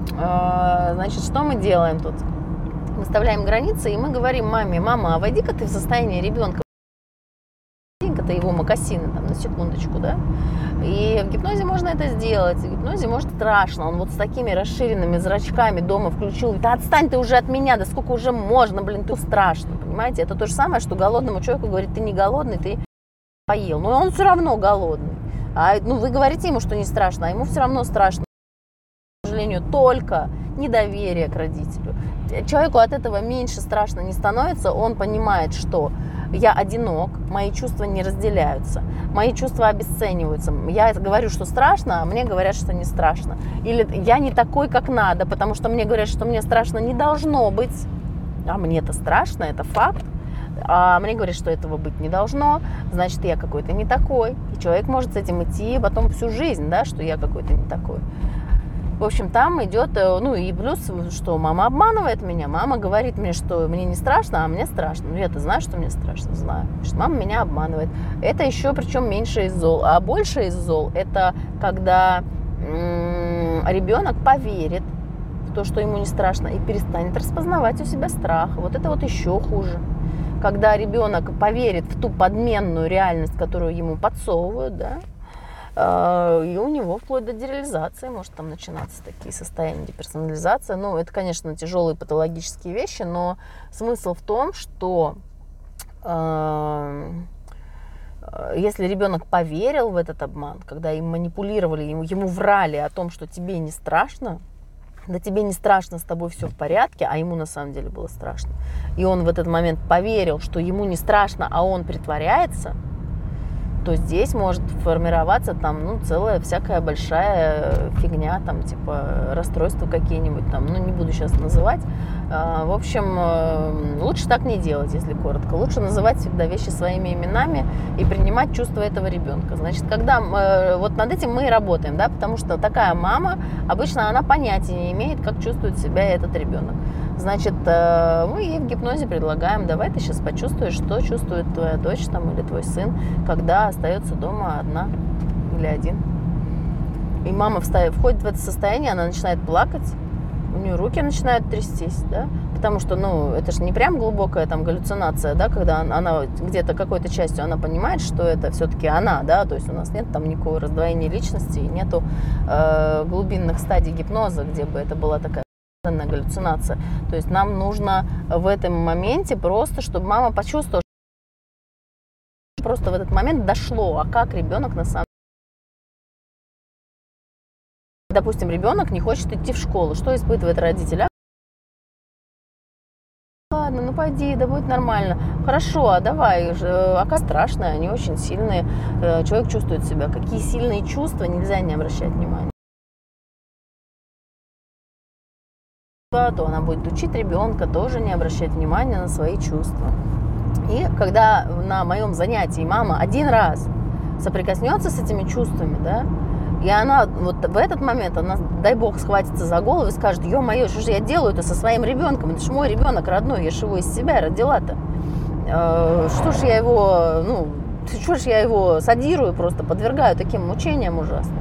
значит, что мы делаем тут? Выставляем границы, и мы говорим маме: мама, а войди-ка ты в состояние ребенка. ботинка-то его мокасины, там, на секундочку, да. И в гипнозе можно это сделать. В гипнозе может страшно. Он вот с такими расширенными зрачками дома включил. Да отстань ты уже от меня, да сколько уже можно, блин, ты страшно, понимаете? Это то же самое, что голодному человеку говорит, ты не голодный, ты поел. Но он все равно голодный. Вы говорите ему, что не страшно, а ему все равно страшно. К сожалению, только недоверие к родителю. Человеку от этого меньше страшно не становится. Он понимает, что я одинок, мои чувства не разделяются, мои чувства обесцениваются. Я говорю, что страшно, а мне говорят, что не страшно. Или я не такой, как надо, потому что мне говорят, что мне страшно не должно быть. А мне-то страшно, это факт. А мне говорят, что этого быть не должно, значит, я какой-то не такой. И человек может с этим идти потом всю жизнь, да, что я какой-то не такой. В общем, там идет, и плюс, что мама обманывает меня. Мама говорит мне, что мне не страшно, а мне страшно. Я-то знаю, что мне страшно, знаю. Что мама меня обманывает. Это еще, причем, меньше из зол. А больше из зол, это когда ребенок поверит в то, что ему не страшно, и перестанет распознавать у себя страх. Вот это вот еще хуже. Когда ребенок поверит в ту подменную реальность, которую ему подсовывают, да, и у него вплоть до дереализации может там начинаться такие состояния, деперсонализация. Это, конечно, тяжелые патологические вещи, но смысл в том, что если ребенок поверил в этот обман, когда им манипулировали, ему врали о том, что тебе не страшно, да тебе не страшно, с тобой все в порядке, а ему на самом деле было страшно. И он в этот момент поверил, что ему не страшно, а он притворяется, то здесь может формироваться там, целая всякая большая фигня, там, типа расстройства какие-нибудь, там, не буду сейчас называть. В общем, лучше так не делать, если коротко. Лучше называть всегда вещи своими именами и принимать чувства этого ребенка. Значит, когда вот над этим мы и работаем, да, потому что такая мама, обычно она понятия не имеет, как чувствует себя этот ребенок. Значит, мы ей в гипнозе предлагаем, давай ты сейчас почувствуешь, что чувствует твоя дочь там, или твой сын, когда остается дома одна или один. И мама входит в это состояние, она начинает плакать, у нее руки начинают трястись, да, потому что, это же не прям глубокая там галлюцинация, да, когда она где-то какой-то частью она понимает, что это все-таки она, да, то есть у нас нет там никакого раздвоения личности, нету глубинных стадий гипноза, где бы это была такая галлюцинация. То есть нам нужно в этом моменте просто, чтобы мама почувствовала, что просто в этот момент дошло, а как ребенок на самом деле. Допустим, ребенок не хочет идти в школу. Что испытывает родитель? Ладно, пойди, да будет нормально. Хорошо, а давай, ока страшная, они очень сильные. Человек чувствует себя. Какие сильные чувства, нельзя не обращать внимания. То она будет учить ребенка тоже не обращать внимания на свои чувства. И когда на моем занятии мама один раз соприкоснется с этими чувствами, да, и она вот в этот момент, она, дай бог, схватится за голову и скажет, ё-моё, что же я делаю-то со своим ребенком? Это же мой ребенок родной, я же его из себя родила-то. Что ж я его садирую, просто подвергаю таким мучениям ужасным.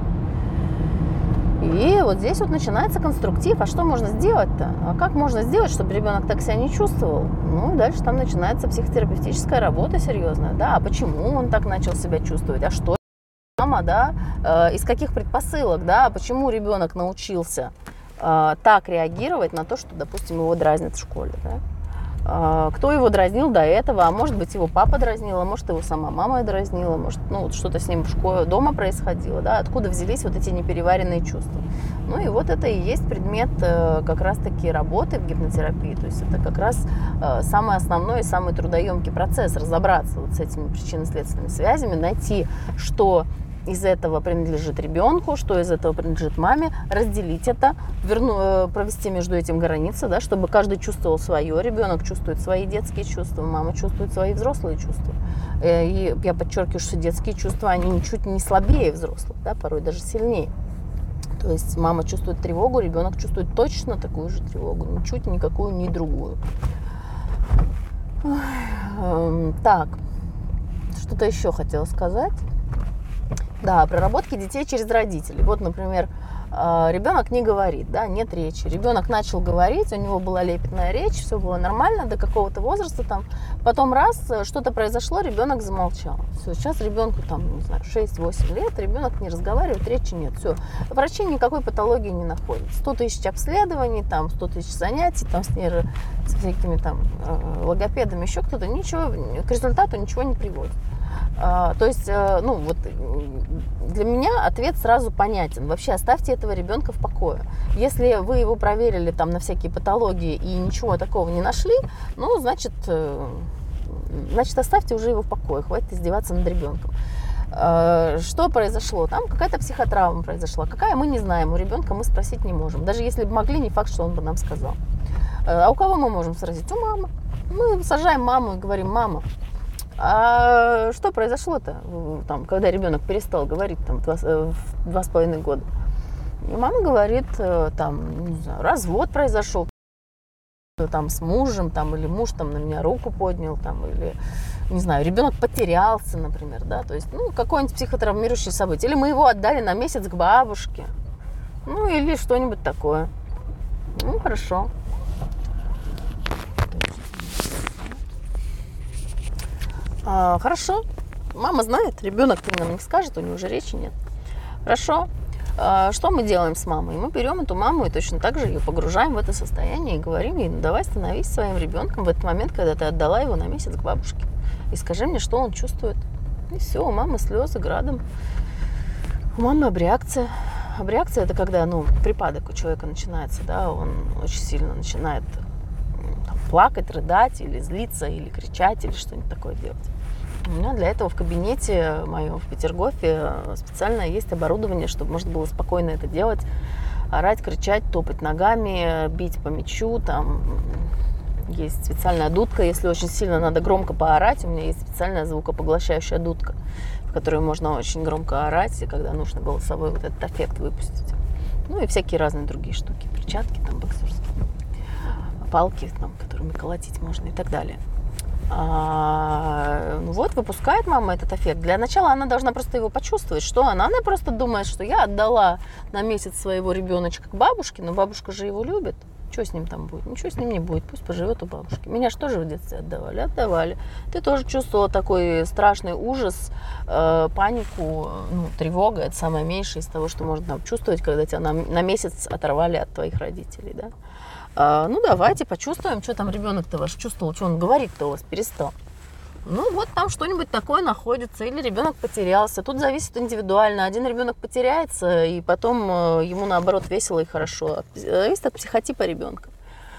И вот здесь вот начинается конструктив. А что можно сделать-то? А как можно сделать, чтобы ребенок так себя не чувствовал? Дальше там начинается психотерапевтическая работа серьезная. Да, а почему он так начал себя чувствовать? А что мама, да? Из каких предпосылок, да? Почему ребенок научился так реагировать на то, что, допустим, его дразнят в школе, да? Кто его дразнил до этого, а может быть, его папа дразнил, а может, его сама мама дразнила, может, что-то с ним в школе, дома происходило, да, откуда взялись вот эти непереваренные чувства. И вот это и есть предмет как раз-таки работы в гипнотерапии, то есть это как раз самый основной и самый трудоемкий процесс, разобраться вот с этими причинно-следственными связями, найти, что из этого принадлежит ребенку, что из этого принадлежит маме, разделить это, провести между этим границы, да, чтобы каждый чувствовал свое. Ребенок чувствует свои детские чувства, мама чувствует свои взрослые чувства. И я подчеркиваю, что детские чувства, они ничуть не слабее взрослых, да, порой даже сильнее. То есть мама чувствует тревогу, ребенок чувствует точно такую же тревогу, ничуть никакую, ни другую. Так, что-то еще хотела сказать. Да, проработки детей через родителей. Вот, например, ребенок не говорит, да, нет речи. Ребенок начал говорить, у него была лепетная речь, все было нормально до какого-то возраста там. Потом раз, что-то произошло, ребенок замолчал. Все, сейчас ребенку там, не знаю, 6-8 лет, ребенок не разговаривает, речи нет. Все, врачи никакой патологии не находят. 100 тысяч обследований, там 100 тысяч занятий, там с всякими там логопедами, еще кто-то, ничего, к результату ничего не приводит. То есть, ну вот для меня ответ сразу понятен. Вообще оставьте этого ребенка в покое. Если вы его проверили там на всякие патологии и ничего такого не нашли, ну, значит оставьте уже его в покое, хватит издеваться над ребенком. Что произошло? Там какая-то психотравма произошла. Какая, мы не знаем. У ребенка мы спросить не можем. Даже если бы могли, не факт, что он бы нам сказал. А у кого мы можем спросить? У мамы. Мы сажаем маму и говорим: мама, а что произошло-то, там, когда ребенок перестал говорить там, в 2,5 года? И мама говорит, там, не знаю, развод произошел там, с мужем, там, или муж там, на меня руку поднял, там, или, не знаю, ребенок потерялся, например, да, то есть, ну, какое-нибудь психотравмирующее событие. Или мы его отдали на месяц к бабушке, ну, или что-нибудь такое. Ну, хорошо. Хорошо, мама знает, ребенок нам не скажет, у него уже речи нет. Хорошо, что мы делаем с мамой? Мы берем эту маму и точно так же ее погружаем в это состояние и говорим ей: ну давай становись своим ребенком в этот момент, когда ты отдала его на месяц к бабушке. И скажи мне, что он чувствует. И все, у мамы слезы градом, у мамы абреакция. Абреакция — это когда, ну, припадок у человека начинается, да, он очень сильно начинает там плакать, рыдать, или злиться, или кричать, или что-нибудь такое делать. У меня для этого в кабинете моем в Петергофе специально есть оборудование, чтобы можно было спокойно это делать, орать, кричать, топать ногами, бить по мячу, там есть специальная дудка, если очень сильно надо громко поорать, у меня есть специальная звукопоглощающая дудка, в которой можно очень громко орать, и когда нужно голосовой вот этот эффект выпустить. Ну и всякие разные другие штуки, перчатки там боксерские, палки, там, которыми колотить можно и так далее. Ну вот, выпускает мама этот эффект. Для начала она должна просто его почувствовать, что она просто думает, что я отдала на месяц своего ребеночка к бабушке, но бабушка же его любит. Что с ним там будет? Ничего с ним не будет, пусть поживет у бабушки. Меня же тоже в детстве отдавали. Отдавали. Ты тоже чувствовала такой страшный ужас, панику, ну, тревога. Это самое меньшее из того, что можно чувствовать, когда тебя на месяц оторвали от твоих родителей, да? Ну, давайте почувствуем, что там ребенок-то ваш чувствовал, что он говорит-то у вас перестал. Ну, вот там что-нибудь такое находится, или ребенок потерялся. Тут зависит индивидуально. Один ребенок потеряется, и потом ему, наоборот, весело и хорошо. Зависит от психотипа ребенка.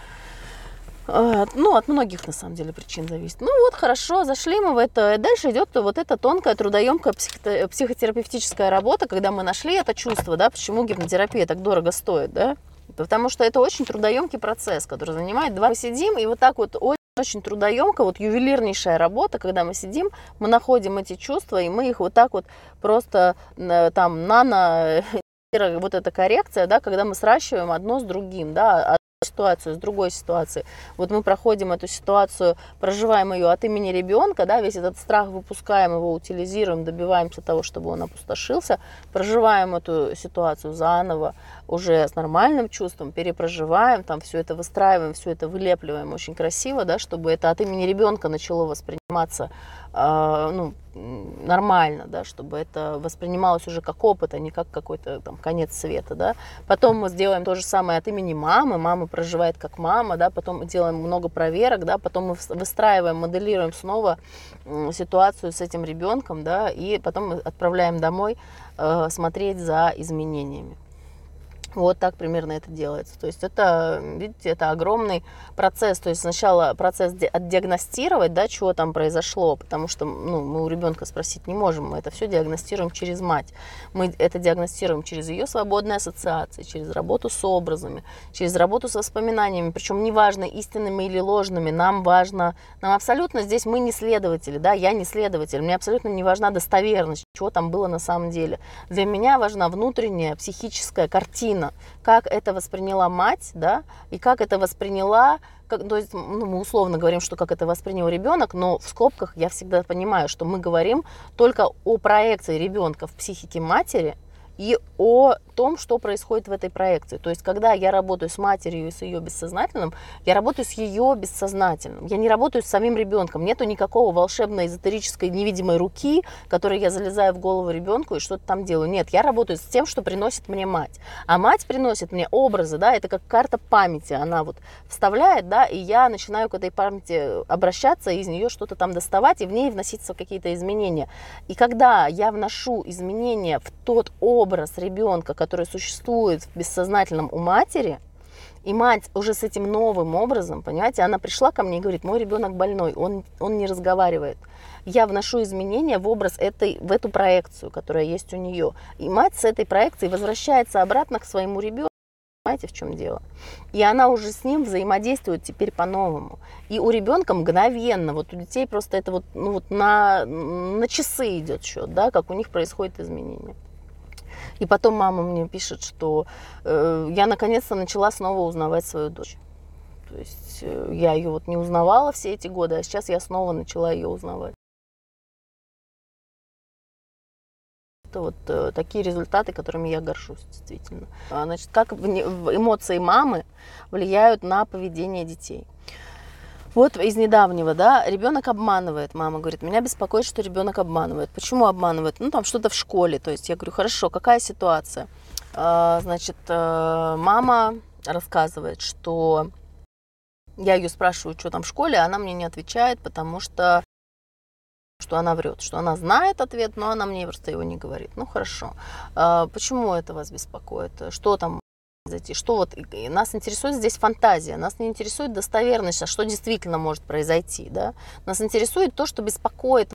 Ну, от многих, на самом деле, причин зависит. Ну, вот, хорошо, зашли мы в это. Дальше идет вот эта тонкая, трудоемкая психотерапевтическая работа, когда мы нашли это чувство, да, почему гипнотерапия так дорого стоит, да. Потому что это очень трудоемкий процесс, который занимает 2 сидим, и вот так вот очень трудоемко, вот ювелирнейшая работа, когда мы сидим, мы находим эти чувства, и мы их вот так вот просто там вот эта коррекция, да, когда мы сращиваем одно с другим, да, ситуацию с другой ситуацией. Вот мы проходим эту ситуацию, проживаем ее от имени ребенка, да, весь этот страх выпускаем, его утилизируем, добиваемся того, чтобы он опустошился, проживаем эту ситуацию заново, уже с нормальным чувством, перепроживаем, там все это выстраиваем, все это вылепливаем очень красиво, да, чтобы это от имени ребенка начало восприниматься ну, нормально, да, чтобы это воспринималось уже как опыт, а не как какой-то там конец света, да. Потом мы сделаем то же самое от имени мамы, мама проживает как мама, да, потом мы делаем много проверок, да, потом мы выстраиваем, моделируем снова ситуацию с этим ребенком, да, и потом мы отправляем домой смотреть за изменениями. Вот так примерно это делается. То есть это, видите, это огромный процесс. То есть сначала процесс отдиагностировать, да, чего там произошло, потому что ну, мы у ребенка спросить не можем. Мы это все диагностируем через мать. Мы это диагностируем через ее свободные ассоциации, через работу с образами, через работу с воспоминаниями. Причем неважно, истинными или ложными, нам важно, нам абсолютно здесь мы не следователи, да, я не следователь, мне абсолютно не важна достоверность, чего там было на самом деле. Для меня важна внутренняя психическая картина, как это восприняла мать, да, и как это восприняла то есть, ну, мы условно говорим, что как это воспринял ребенок, но в скобках я всегда понимаю, что мы говорим только о проекции ребенка в психике матери и о том, что происходит в этой проекции. То есть, когда я работаю с матерью и с ее бессознательным, я работаю с ее бессознательным. Я не работаю с самим ребенком. Нету никакого волшебной, эзотерической, невидимой руки, которой я залезаю в голову ребенку и что-то там делаю. Нет, я работаю с тем, что приносит мне мать. А мать приносит мне образы, да, это как карта памяти. Она вот вставляет, да, и я начинаю к этой памяти обращаться, из нее что-то там доставать, и в ней вноситься какие-то изменения. И когда я вношу изменения в тот образ ребенка, который существует в бессознательном у матери, и мать уже с этим новым образом, понимаете, она пришла ко мне и говорит: мой ребенок больной, он не разговаривает. Я вношу изменения в образ в эту проекцию, которая есть у нее. И мать с этой проекцией возвращается обратно к своему ребенку. Понимаете, в чем дело? И она уже с ним взаимодействует теперь по-новому. И у ребенка мгновенно, вот у детей просто это вот, ну вот на часы идет счет, да, как у них происходит изменение. И потом мама мне пишет, что я наконец-то начала снова узнавать свою дочь. То есть я ее вот не узнавала все эти годы, а сейчас я снова начала ее узнавать. Это вот такие результаты, которыми я горжусь, действительно. Значит, как эмоции мамы влияют на поведение детей. Вот из недавнего, да, ребенок обманывает. Мама говорит: меня беспокоит, что ребенок обманывает. Почему обманывает? Ну, там что-то в школе. То есть я говорю: хорошо, какая ситуация? Значит, мама рассказывает, что я ее спрашиваю, что там в школе, а она мне не отвечает, потому что она врет, что она знает ответ, но она мне просто его не говорит. Ну, хорошо. Почему это вас беспокоит? Что там? Что вот нас интересует здесь фантазия, нас не интересует достоверность, а что действительно может произойти, да? Нас интересует то, что беспокоит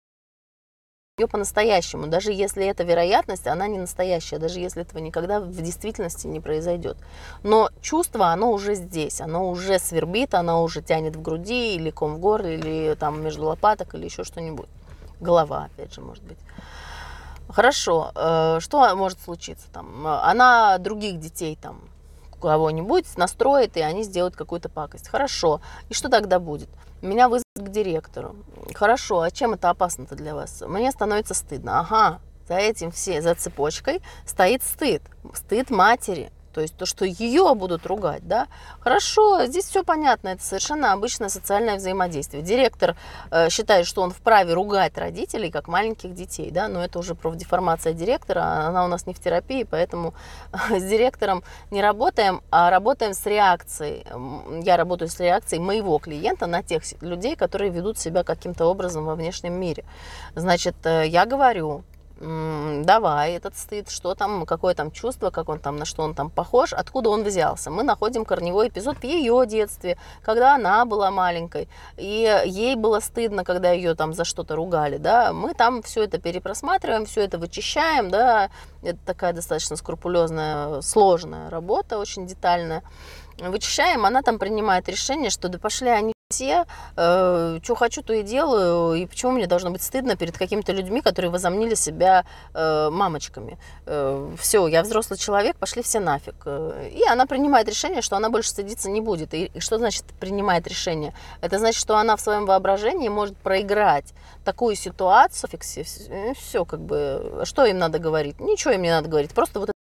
ее по-настоящему, даже если эта вероятность, она не настоящая, даже если этого никогда в действительности не произойдет. Но чувство, оно уже здесь, оно уже свербит, оно уже тянет в груди, или ком в горле, или там между лопаток, или еще что-нибудь. Голова, опять же, может быть. Хорошо, что может случиться там? Она других детей там, кого-нибудь настроит, и они сделают какую-то пакость. Хорошо, и что тогда будет? Меня вызовут к директору. Хорошо, а чем это опасно-то для вас? Мне становится стыдно. Ага, за этим за цепочкой стоит стыд. Стыд матери. То есть то, что ее будут ругать, да? Хорошо, здесь все понятно, это совершенно обычное социальное взаимодействие. Директор считает, что он вправе ругать родителей, как маленьких детей, да? Но это уже профдеформация директора, она у нас не в терапии, поэтому с директором не работаем, а работаем с реакцией. Я работаю с реакцией моего клиента на тех людей, которые ведут себя каким-то образом во внешнем мире. Значит, я говорю: давай этот стыд, что там, какое там чувство, как он там, на что он там похож, откуда он взялся. Мы находим корневой эпизод в ее детстве, когда она была маленькой, и ей было стыдно, когда ее там за что-то ругали, да. Мы там все это перепросматриваем, все это вычищаем, да. Это такая достаточно скрупулезная, сложная работа, очень детальная. Вычищаем, она там принимает решение, что да пошли они все, что хочу, то и делаю, и почему мне должно быть стыдно перед какими-то людьми, которые возомнили себя мамочками. Все, я взрослый человек, пошли все нафиг. И она принимает решение, что она больше стыдиться не будет. И что значит принимает решение? Это значит, что она в своем воображении может проиграть такую ситуацию. Все, как бы, что им надо говорить? Ничего им не надо говорить, просто вот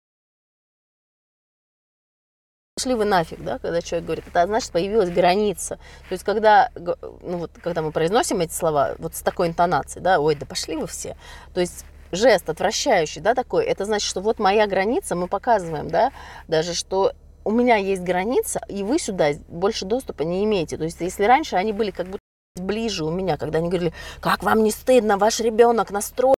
пошли вы нафиг, да, когда человек говорит, это значит, появилась граница. То есть, когда мы произносим эти слова вот с такой интонацией, да, ой, да пошли вы все. То есть, жест отвращающий, да, такой, это значит, что вот моя граница, мы показываем, да, даже что у меня есть граница, и вы сюда больше доступа не имеете. То есть, если раньше они были как будто ближе у меня, когда они говорили: как вам не стыдно, ваш ребенок настроен,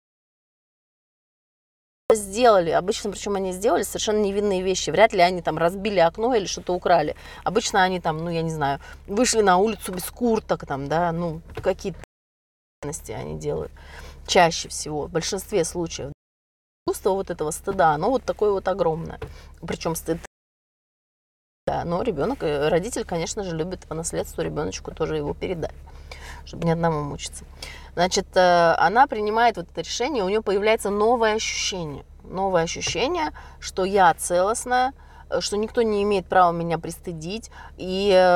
сделали. Обычно, причем они сделали совершенно невинные вещи. Вряд ли они там разбили окно или что-то украли. Обычно они там, ну, я не знаю, вышли на улицу без курток, там, да, ну, какие-то они делают. Чаще всего, в большинстве случаев. Чувство вот этого стыда, оно вот такое вот огромное. Причем стыд. Да, но родитель, конечно же, любит по наследству ребеночку тоже его передать, чтобы ни одному мучиться. Значит, она принимает вот это решение, у нее появляется новое ощущение, что я целостная, что никто не имеет права меня пристыдить, и